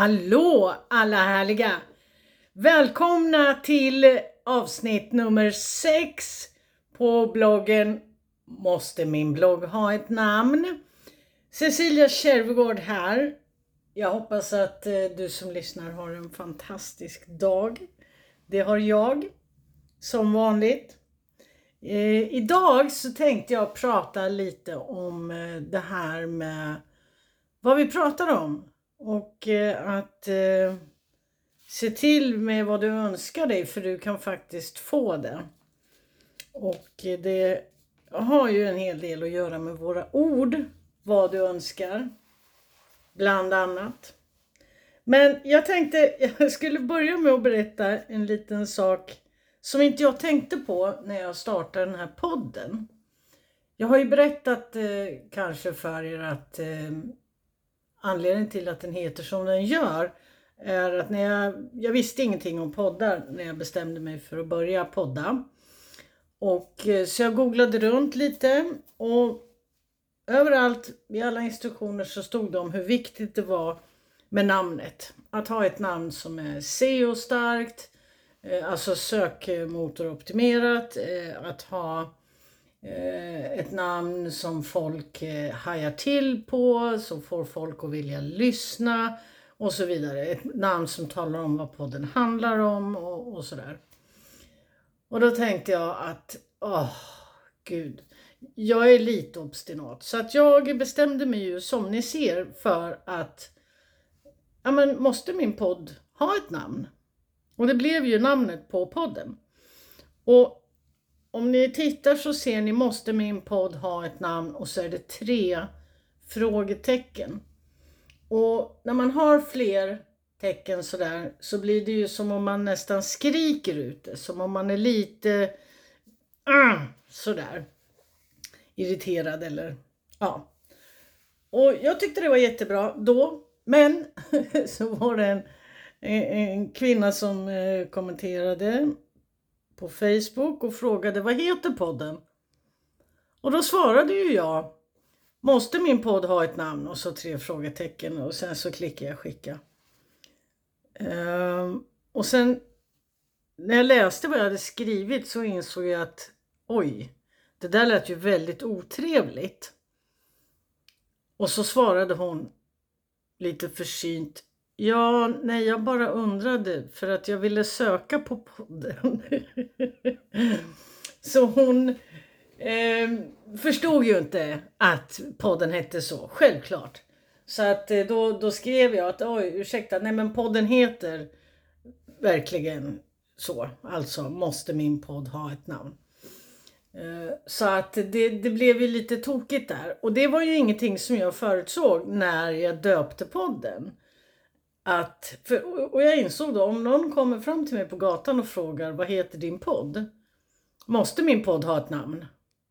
Hallå alla härliga! Välkomna till avsnitt nummer 6 på bloggen Måste min blogg ha ett namn? Cecilia Kärvegård här. Jag hoppas att du som lyssnar har en fantastisk dag. Det har jag, som vanligt. Idag så tänkte jag prata lite om det här med vad vi pratar om. Och att se till med vad du önskar dig, för du kan faktiskt få det. Och det har ju en hel del att göra med våra ord, vad du önskar, bland annat. Men jag tänkte jag skulle börja med att berätta en liten sak som inte jag tänkte på när jag startade den här podden. Jag har ju berättat kanske för er att anledningen till att den heter som den gör är att när jag visste ingenting om poddar när jag bestämde mig för att börja podda. Och så jag googlade runt lite och överallt i alla instruktioner så stod det om hur viktigt det var med namnet. Att ha ett namn som är SEO-starkt, alltså sökmotoroptimerat, att ha ett namn som folk hajar till på, så får folk att vilja lyssna och så vidare. Ett namn som talar om vad podden handlar om och sådär. Och då tänkte jag att, gud, jag är lite obstinat. Så att jag bestämde mig ju som ni ser för att, ja men måste min podd ha ett namn? Och det blev ju namnet på podden. Och om ni tittar så ser ni måste min podd ha ett namn och så är det 3 frågetecken. Och när man har fler tecken sådär så blir det ju som om man nästan skriker ut det. Som om man är lite sådär irriterad eller ja. Och jag tyckte det var jättebra då. Men så var det en kvinna som kommenterade på Facebook och frågade vad heter podden? Och då svarade ju jag, måste min podd ha ett namn? Och så 3 frågetecken och sen så klickade jag skicka. Och sen när jag läste vad jag hade skrivit så insåg jag att oj, det där lät ju väldigt otrevligt. Och så svarade hon lite försynt, ja, nej, jag bara undrade för att jag ville söka på podden. Så hon förstod ju inte att podden hette så, självklart. Så att då skrev jag att oj, ursäkta, nej men podden heter verkligen så. Alltså måste min podd ha ett namn. Så att det blev ju lite tokigt där. Och det var ju ingenting som jag förutsåg när jag döpte podden. Och jag insåg då, om någon kommer fram till mig på gatan och frågar vad heter din podd? Måste min podd ha ett namn?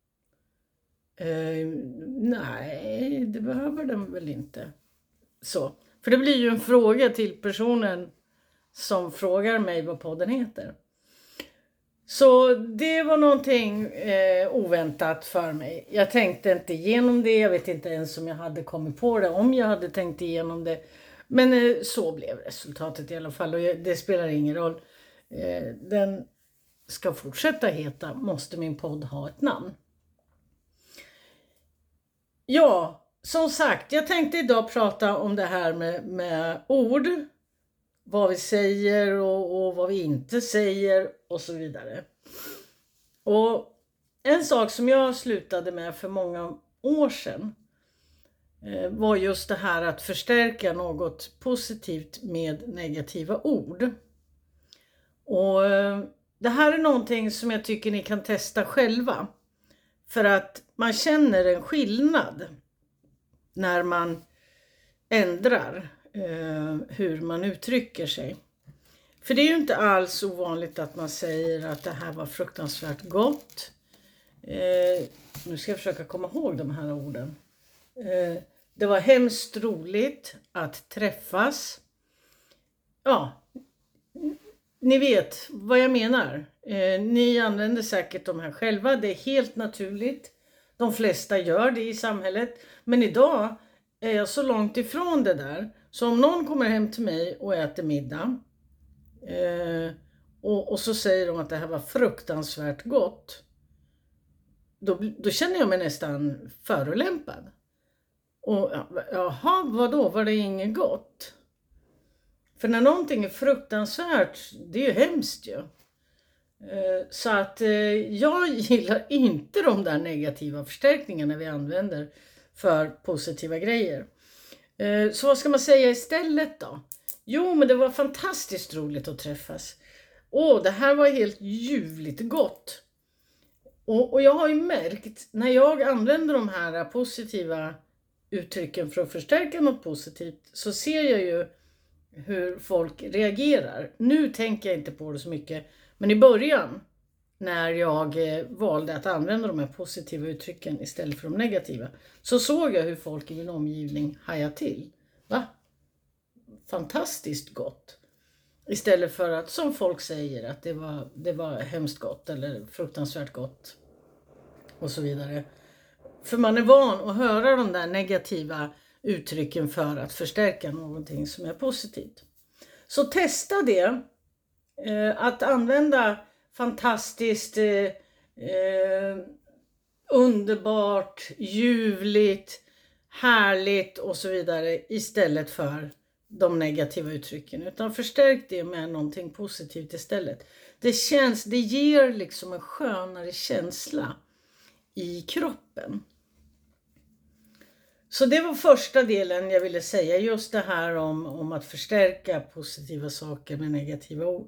Nej, det behöver den väl inte. Så. För det blir ju en fråga till personen som frågar mig vad podden heter. Så det var någonting oväntat för mig. Jag tänkte inte igenom det. Jag vet inte ens om jag hade kommit på det. Om jag hade tänkt igenom det. Men så blev resultatet i alla fall. Och det spelar ingen roll. Den ska fortsätta heta måste min podd ha ett namn. Ja, som sagt. Jag tänkte idag prata om det här med ord. Vad vi säger och vad vi inte säger och så vidare. Och en sak som jag slutade med för många år sedan var just det här att förstärka något positivt med negativa ord. Och det här är någonting som jag tycker ni kan testa själva. För att man känner en skillnad när man ändrar hur man uttrycker sig. För det är ju inte alls ovanligt att man säger att det här var fruktansvärt gott. Nu ska jag försöka komma ihåg de här orden. Det var hemskt roligt att träffas. Ja, ni vet vad jag menar. Ni använder säkert de här själva. Det är helt naturligt. De flesta gör det i samhället. Men idag är jag så långt ifrån det där. Så om någon kommer hem till mig och äter middag och så säger de att det här var fruktansvärt gott, då känner jag mig nästan förolämpad. Och jaha, vadå? Var det inget gott? För när någonting är fruktansvärt, det är ju hemskt ju. Så att jag gillar inte de där negativa förstärkningarna vi använder för positiva grejer. Så vad ska man säga istället då? Jo, men det var fantastiskt roligt att träffas. Det här var helt ljuvligt gott. Och jag har ju märkt, när jag använder de här positiva uttrycken för att förstärka något positivt, så ser jag ju hur folk reagerar. Nu tänker jag inte på det så mycket, men i början när jag valde att använda de här positiva uttrycken istället för de negativa, så såg jag hur folk i min omgivning hajade till. Va? Fantastiskt gott. Istället för att, som folk säger, att det var hemskt gott eller fruktansvärt gott och så vidare. För man är van att höra de där negativa uttrycken för att förstärka någonting som är positivt. Så testa det. Att använda fantastiskt, underbart, ljuvligt, härligt och så vidare istället för de negativa uttrycken. Utan förstärk det med någonting positivt istället. Det ger liksom en skönare känsla i kroppen. Så det var första delen jag ville säga, just det här om att förstärka positiva saker med negativa ord.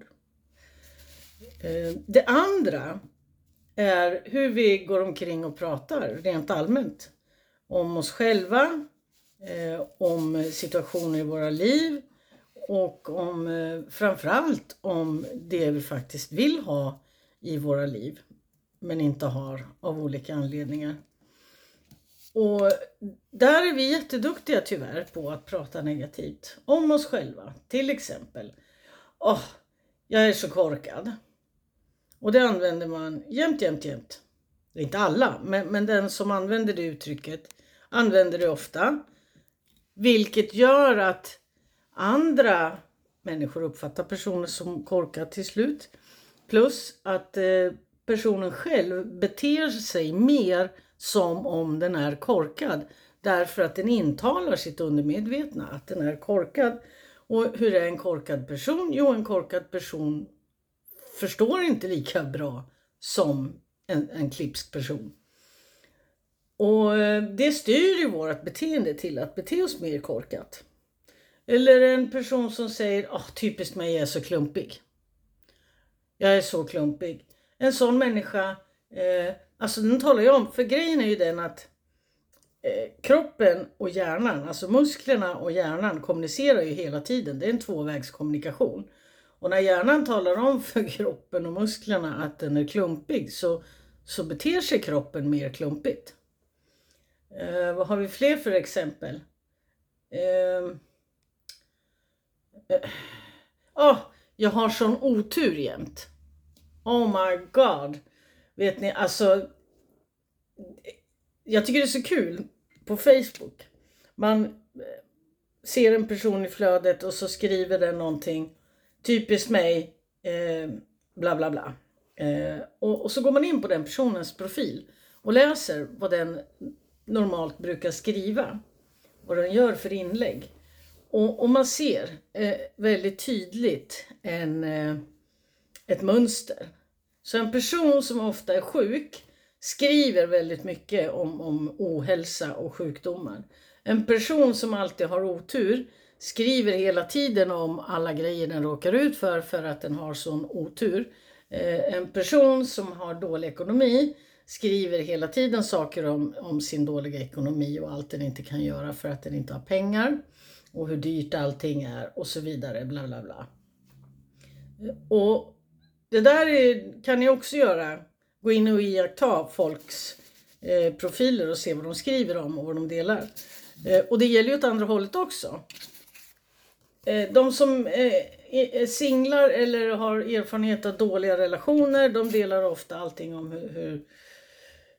Det andra är hur vi går omkring och pratar rent allmänt om oss själva, om situationer i våra liv och framförallt om det vi faktiskt vill ha i våra liv men inte har av olika anledningar. Och där är vi jätteduktiga tyvärr på att prata negativt om oss själva. Till exempel, jag är så korkad. Och det använder man jämt. Det är inte alla, men den som använder det uttrycket använder det ofta. Vilket gör att andra människor uppfattar personer som korkad till slut. Plus att personen själv beter sig mer som om den är korkad. Därför att den intalar sitt undermedvetna att den är korkad. Och hur är en korkad person? Jo, en korkad person förstår inte lika bra som en klipsk person. Och det styr ju vårt beteende till att bete oss mer korkat. Eller en person som säger, typiskt mig, jag är så klumpig. Jag är så klumpig. En sån människa, alltså den talar ju om, för grejen är ju den att kroppen och hjärnan, alltså musklerna och hjärnan kommunicerar ju hela tiden. Det är en tvåvägskommunikation. Och när hjärnan talar om för kroppen och musklerna att den är klumpig, så beter sig kroppen mer klumpigt. Vad har vi fler för exempel? Jag har sån otur jämt. Oh my god. Vet ni, alltså jag tycker det är så kul på Facebook. Man ser en person i flödet och så skriver den någonting. Typiskt mig, bla bla bla. Och så går man in på den personens profil och läser vad den normalt brukar skriva. Vad den gör för inlägg. Och man ser väldigt tydligt ett mönster. Så en person som ofta är sjuk skriver väldigt mycket om ohälsa och sjukdomar. En person som alltid har otur skriver hela tiden om alla grejer den råkar ut för att den har sån otur. En person som har dålig ekonomi skriver hela tiden saker om sin dåliga ekonomi och allt den inte kan göra för att den inte har pengar. Och hur dyrt allting är och så vidare, bla bla bla. Och det där kan ni också göra. Gå in och iaktta folks profiler och se vad de skriver om och vad de delar. Och det gäller ju åt andra hållet också. De som är singlar eller har erfarenhet av dåliga relationer, de delar ofta allting om hur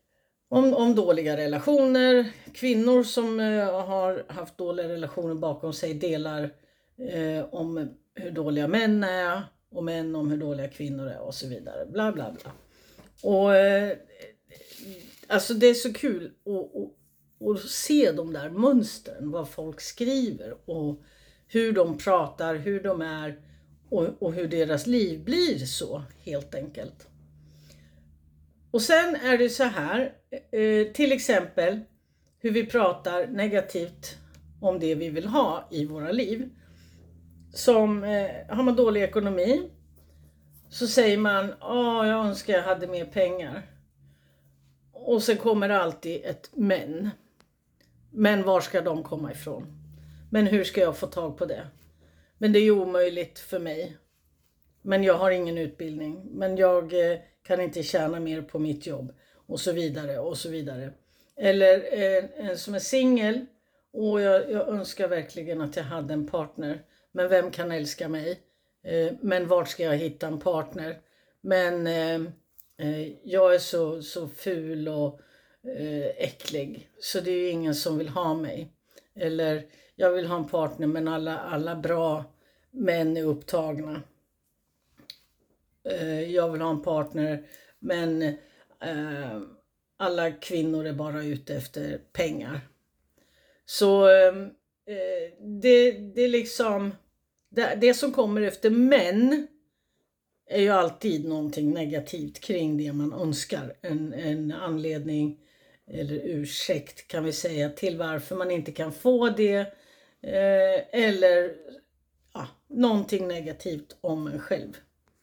Om dåliga relationer. Kvinnor som har haft dåliga relationer bakom sig delar om hur dåliga män är. Och män om hur dåliga kvinnor är och så vidare. Bla bla bla. Och alltså det är så kul att se de där mönstren. Vad folk skriver och hur de pratar, hur de är. Och hur deras liv blir så helt enkelt. Och sen är det så här, till exempel hur vi pratar negativt om det vi vill ha i våra liv. Som har man dålig ekonomi så säger man, jag önskar jag hade mer pengar. Och sen kommer det alltid ett men. Men var ska de komma ifrån? Men hur ska jag få tag på det? Men det är omöjligt för mig. Men jag har ingen utbildning. Men jag kan inte tjäna mer på mitt jobb. Och så vidare och så vidare. Eller en som är singel. Och jag önskar verkligen att jag hade en partner. Men vem kan älska mig? Men vart ska jag hitta en partner? Men jag är så ful och äcklig. Så det är ju ingen som vill ha mig. Eller jag vill ha en partner men alla bra män är upptagna. Jag vill ha en partner men alla kvinnor är bara ute efter pengar. Så det är liksom det som kommer efter män är ju alltid någonting negativt kring det man önskar. En anledning eller ursäkt kan vi säga till varför man inte kan få det. Eller någonting negativt om en själv.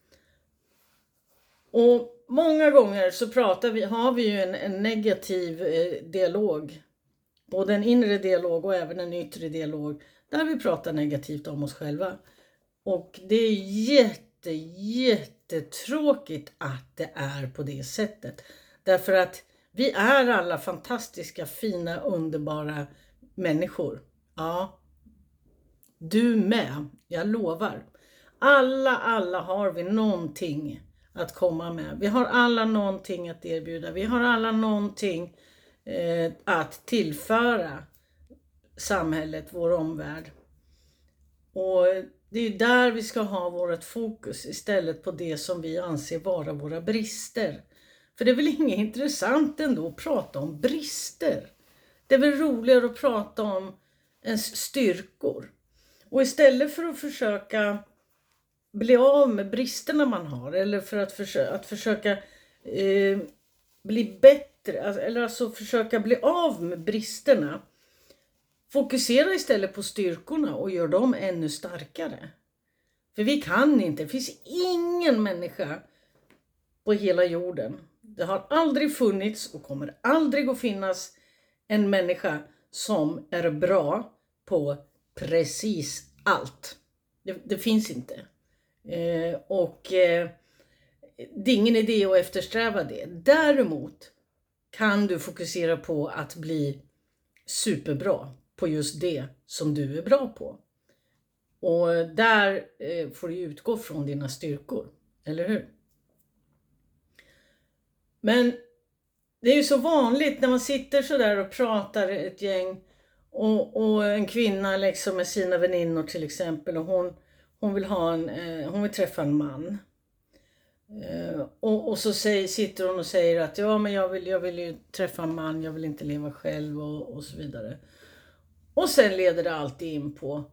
Och många gånger så har vi ju en negativ dialog. Både en inre dialog och även en yttre dialog. Där vi pratar negativt om oss själva. Och det är jättetråkigt att det är på det sättet. Därför att vi är alla fantastiska, fina, underbara människor. Ja, du med, jag lovar. Alla har vi någonting att komma med. Vi har alla någonting att erbjuda. Vi har alla någonting att tillföra samhället, vår omvärld. Och det är där vi ska ha vårt fokus istället på det som vi anser vara våra brister. För det är väl inget intressant ändå att prata om brister. Det är väl roligare att prata om ens styrkor. Och istället för att försöka bli av med bristerna man har. Eller för att försöka bli bättre. Eller alltså försöka bli av med bristerna. Fokusera istället på styrkorna och gör dem ännu starkare. För vi kan inte. Det finns ingen människa på hela jorden. Det har aldrig funnits och kommer aldrig att finnas en människa som är bra på precis allt. Det finns inte. Det är ingen idé att eftersträva det. Däremot kan du fokusera på att bli superbra på just det som du är bra på. Och där får du utgå från dina styrkor, eller hur? Men det är ju så vanligt när man sitter så där och pratar ett gäng och en kvinna liksom med sina väninnor till exempel och hon vill träffa en man. Och så sitter hon och säger att men jag vill ju träffa en man, jag vill inte leva själv och så vidare. Och sen leder det alltid in på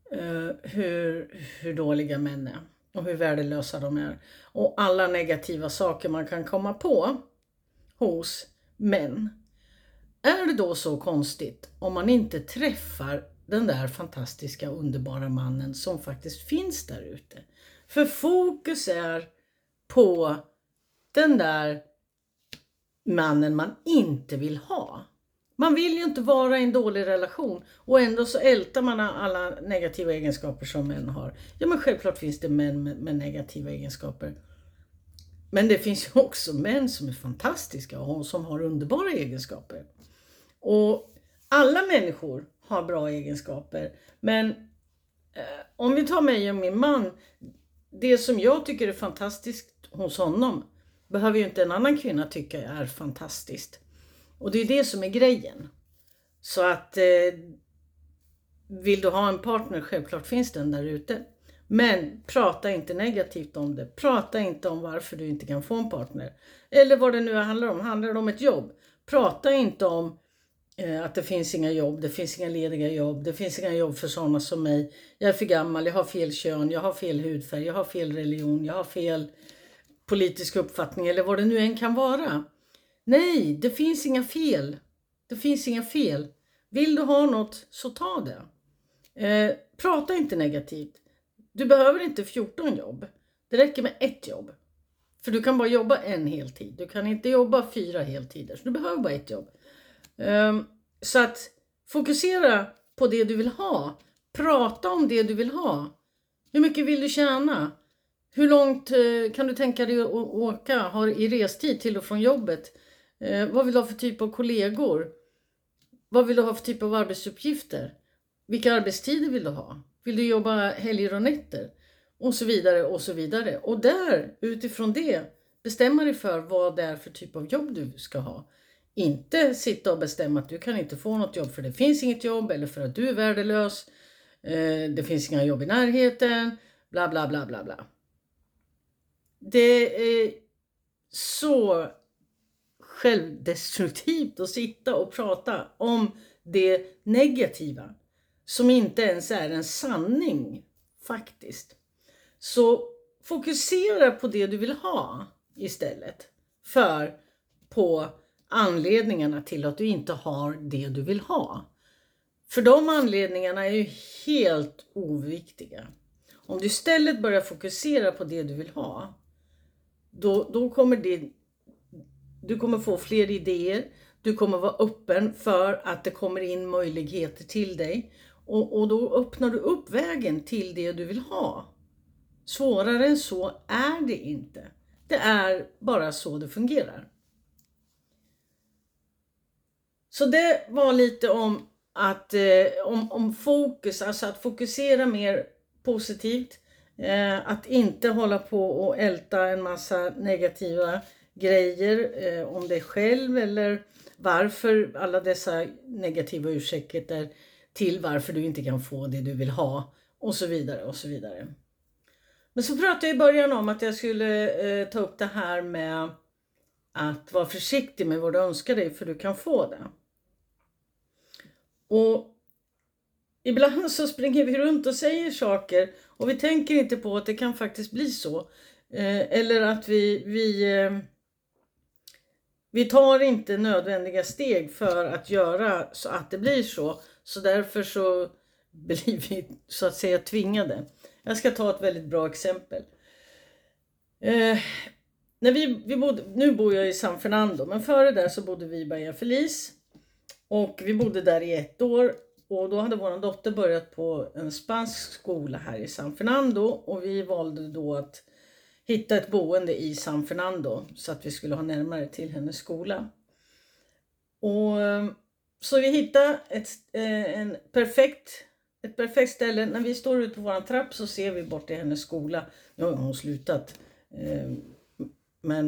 hur dåliga män är och hur värdelösa de är. Och alla negativa saker man kan komma på hos män. Är det då så konstigt om man inte träffar den där fantastiska underbara mannen som faktiskt finns där ute? För fokus är på den där mannen man inte vill ha. Man vill ju inte vara i en dålig relation och ändå så ältar man alla negativa egenskaper som män har. Ja, men självklart finns det män med negativa egenskaper. Men det finns ju också män som är fantastiska och som har underbara egenskaper. Och alla människor har bra egenskaper. Men om vi tar mig och min man, det som jag tycker är fantastiskt hos honom behöver ju inte en annan kvinna tycka är fantastiskt. Och det är det som är grejen. Så att vill du ha en partner, självklart finns den där ute. Men prata inte negativt om det. Prata inte om varför du inte kan få en partner. Eller vad det nu handlar om. Handlar det om ett jobb? Prata inte om att det finns inga jobb. Det finns inga lediga jobb. Det finns inga jobb för sådana som mig. Jag är för gammal. Jag har fel kön. Jag har fel hudfärg. Jag har fel religion. Jag har fel politisk uppfattning. Eller vad det nu än kan vara. Nej, det finns inga fel. Det finns inga fel. Vill du ha något, så ta det. Prata inte negativt. Du behöver inte 14 jobb. Det räcker med ett jobb. För du kan bara jobba en heltid. Du kan inte jobba 4 heltider. Så du behöver bara ett jobb. Så att fokusera på det du vill ha. Prata om det du vill ha. Hur mycket vill du tjäna? Hur långt kan du tänka dig att åka i restid till och från jobbet? Vad vill du ha för typ av kollegor? Vad vill du ha för typ av arbetsuppgifter? Vilka arbetstider vill du ha? Vill du jobba helger och nätter? Och så vidare och så vidare. Och där, utifrån det, bestämma dig för vad det är för typ av jobb du ska ha. Inte sitta och bestämma att du kan inte få något jobb för det finns inget jobb. Eller för att du är värdelös. Det finns inga jobb i närheten. Bla bla bla bla bla. Det är så självdestruktivt att sitta och prata om det negativa. Som inte ens är en sanning faktiskt. Så fokusera på det du vill ha istället. För på anledningarna till att du inte har det du vill ha. För de anledningarna är ju helt oviktiga. Om du istället börjar fokusera på det du vill ha. Då kommer du kommer få fler idéer. Du kommer vara öppen för att det kommer in möjligheter till dig. Och då öppnar du upp vägen till det du vill ha. Svårare än så är det inte. Det är bara så det fungerar. Så det var lite om att om fokus, alltså att fokusera mer positivt. Att inte hålla på och älta en massa negativa grejer om dig själv eller varför alla dessa negativa ursäkter till varför du inte kan få det du vill ha och så vidare och så vidare. Men så pratade jag i början om att jag skulle ta upp det här med att vara försiktig med vad du önskar dig för du kan få det. Och ibland så springer vi runt och säger saker och vi tänker inte på att det kan faktiskt bli så. Eller att vi tar inte nödvändiga steg för att göra så att det blir så. Så därför så blir vi så att säga tvingade. Jag ska ta ett väldigt bra exempel. När vi bodde, nu bor jag i San Fernando, men före det så bodde vi i Bahia Feliz. Och vi bodde där i 1 år. Och då hade vår dotter börjat på en spansk skola här i San Fernando. Och vi valde då att hitta ett boende i San Fernando. Så att vi skulle ha närmare till hennes skola. Och så vi hittade ett perfekt ställe. När vi står ute på våran trapp så ser vi bort till hennes skola. Nu har hon slutat. Men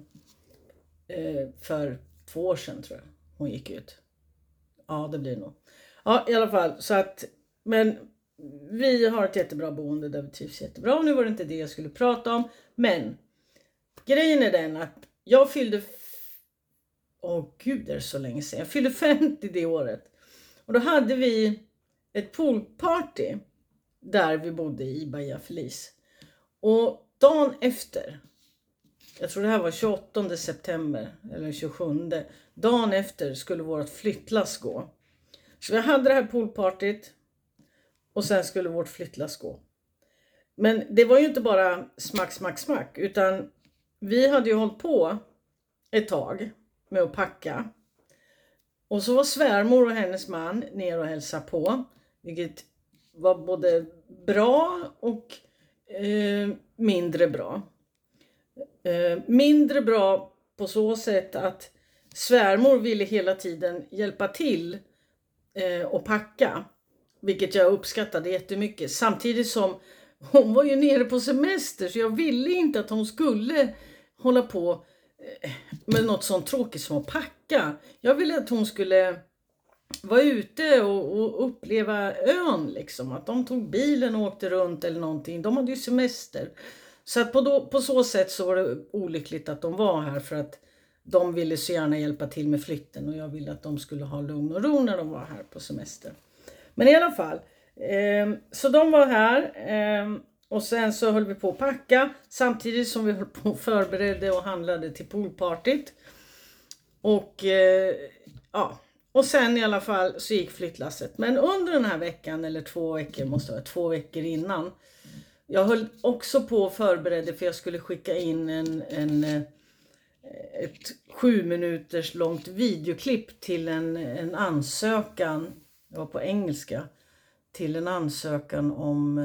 för 2 år sedan tror jag hon gick ut. Ja, det blir nog. Ja, i alla fall. Så att, men vi har ett jättebra boende där vi trivs jättebra. Nu var det inte det jag skulle prata om. Men grejen är den att jag fyllde... gud, det är så länge sedan. Jag fyllde 50 det året. Och då hade vi ett poolparty där vi bodde i Bahia Feliz. Och dagen efter, jag tror det här var 28 september eller 27. Dagen efter skulle vårt flyttlass gå. Så vi hade det här poolpartyt och sen skulle vårt flyttlass gå. Men det var ju inte bara smack. Utan vi hade ju hållit på ett tag med att packa. Och så var svärmor och hennes man ner och hälsade på. Vilket var både bra och mindre bra. Mindre bra på så sätt att svärmor ville hela tiden hjälpa till och packa. Vilket jag uppskattade jättemycket. Samtidigt som hon var ju nere på semester så jag ville inte att hon skulle hålla på med något sånt tråkigt som att packa. Jag ville att hon skulle vara ute och uppleva ön liksom. Att de tog bilen och åkte runt eller någonting. De hade ju semester. Så att på så sätt så var det olyckligt att de var här, för att de ville så gärna hjälpa till med flytten. Och jag ville att de skulle ha lugn och ro när de var här på semester. Men i alla fall. Så de var här. Och sen så höll vi på att packa. Samtidigt som vi höll på och förberedde och handlade till poolpartyt. Och ja. Och sen i alla fall så gick flyttlasset. Men under den här veckan, eller 2 veckor, måste det vara 2 veckor innan. Jag höll också på och förberedde, för jag skulle skicka in ett 7 minuters långt videoklipp till en ansökan. Det var på engelska. Till en ansökan om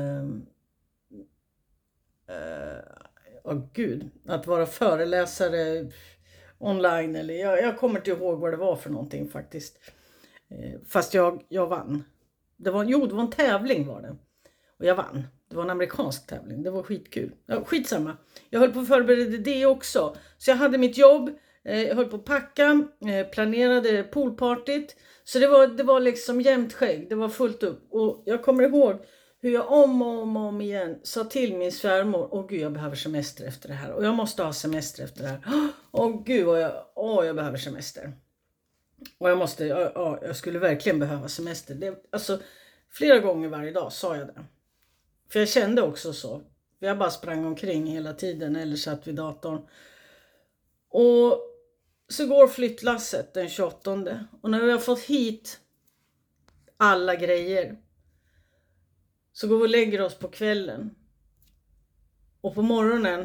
att vara föreläsare online. Eller jag kommer inte ihåg vad det var för någonting faktiskt. Fast jag vann. Det var en tävling var det. Och jag vann. Det var en amerikansk tävling. Det var skitkul. Ja, skitsamma. Jag höll på att förbereda det också. Så jag hade mitt jobb. Jag höll på att packa. Planerade poolpartyt. Så det var liksom jämnt skägg. Det var fullt upp. Och jag kommer ihåg hur jag om igen sa till min svärmor. Åh gud, jag behöver semester efter det här. Och jag måste ha semester efter det här. Åh gud, jag behöver semester. Och jag skulle verkligen behöva semester. Alltså flera gånger varje dag sa jag det. För jag kände också så. Jag bara sprang omkring hela tiden eller satt vid datorn. Och så går flyttlasset den 28. Och när vi har fått hit alla grejer så går vi och lägger oss på kvällen. Och på morgonen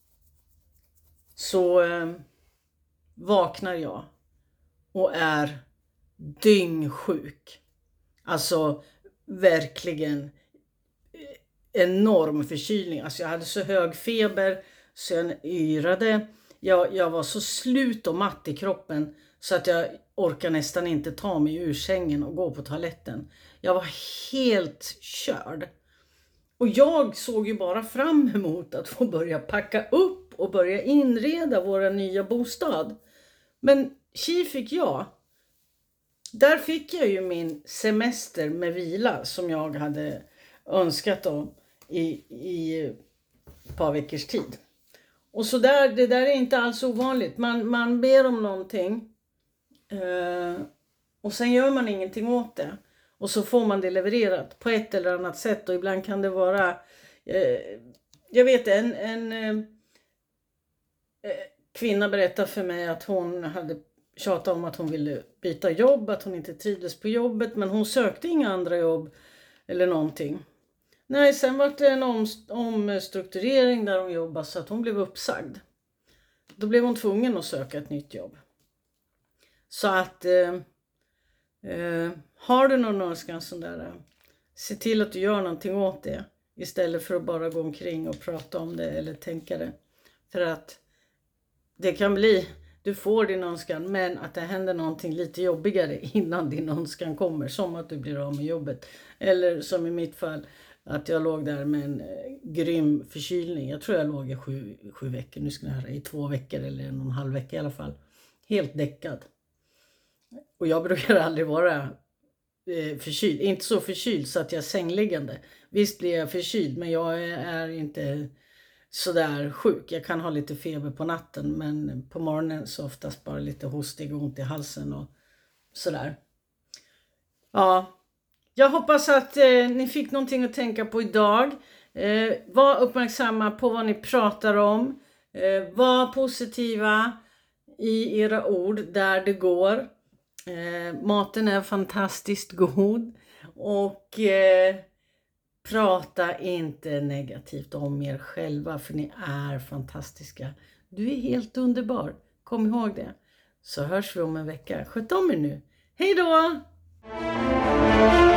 så vaknar jag och är dyngsjuk. Alltså verkligen enorm förkylning. Alltså jag hade så hög feber så jag yrade. Jag var så slut och matt i kroppen så att jag orkar nästan inte ta mig ur sängen och gå på toaletten. Jag var helt körd. Och jag såg ju bara fram emot att få börja packa upp och börja inreda våra nya bostad. Men tji fick jag. Där fick jag ju min semester med vila som jag hade önskat om i ett par veckors tid. Och så det där är inte alls ovanligt. Man ber om någonting och sen gör man ingenting åt det. Och så får man det levererat på ett eller annat sätt. Och ibland kan det vara, jag vet en kvinna berättade för mig att hon hade tjatat om att hon ville byta jobb. Att hon inte trivdes på jobbet, men hon sökte inga andra jobb eller någonting. Nej, sen var det en omstrukturering där hon jobbade så att hon blev uppsagd. Då blev hon tvungen att söka ett nytt jobb. Så att har du någon önskan sån där, se till att du gör någonting åt det. Istället för att bara gå omkring och prata om det eller tänka det. För att det kan bli, du får din önskan, men att det händer någonting lite jobbigare innan din önskan kommer. Som att du blir av med jobbet. Eller som i mitt fall, att jag låg där med en grym förkylning. Jag tror jag låg i 7 veckor. Nu ska jag höra, i 2 veckor eller 1,5 vecka i alla fall. Helt däckad. Och jag brukar aldrig vara förkyld. Inte så förkyld så att jag är sängliggande. Visst blir jag förkyld, men jag är inte sådär sjuk. Jag kan ha lite feber på natten, men på morgonen så oftast bara lite hostig och ont i halsen och sådär. Ja. Jag hoppas att ni fick någonting att tänka på idag. Var uppmärksamma på vad ni pratar om. Var positiva i era ord där det går. Maten är fantastiskt god. Och prata inte negativt om er själva, för ni är fantastiska. Du är helt underbar. Kom ihåg det. Så hörs vi om en vecka. Sköt om er nu. Hej då!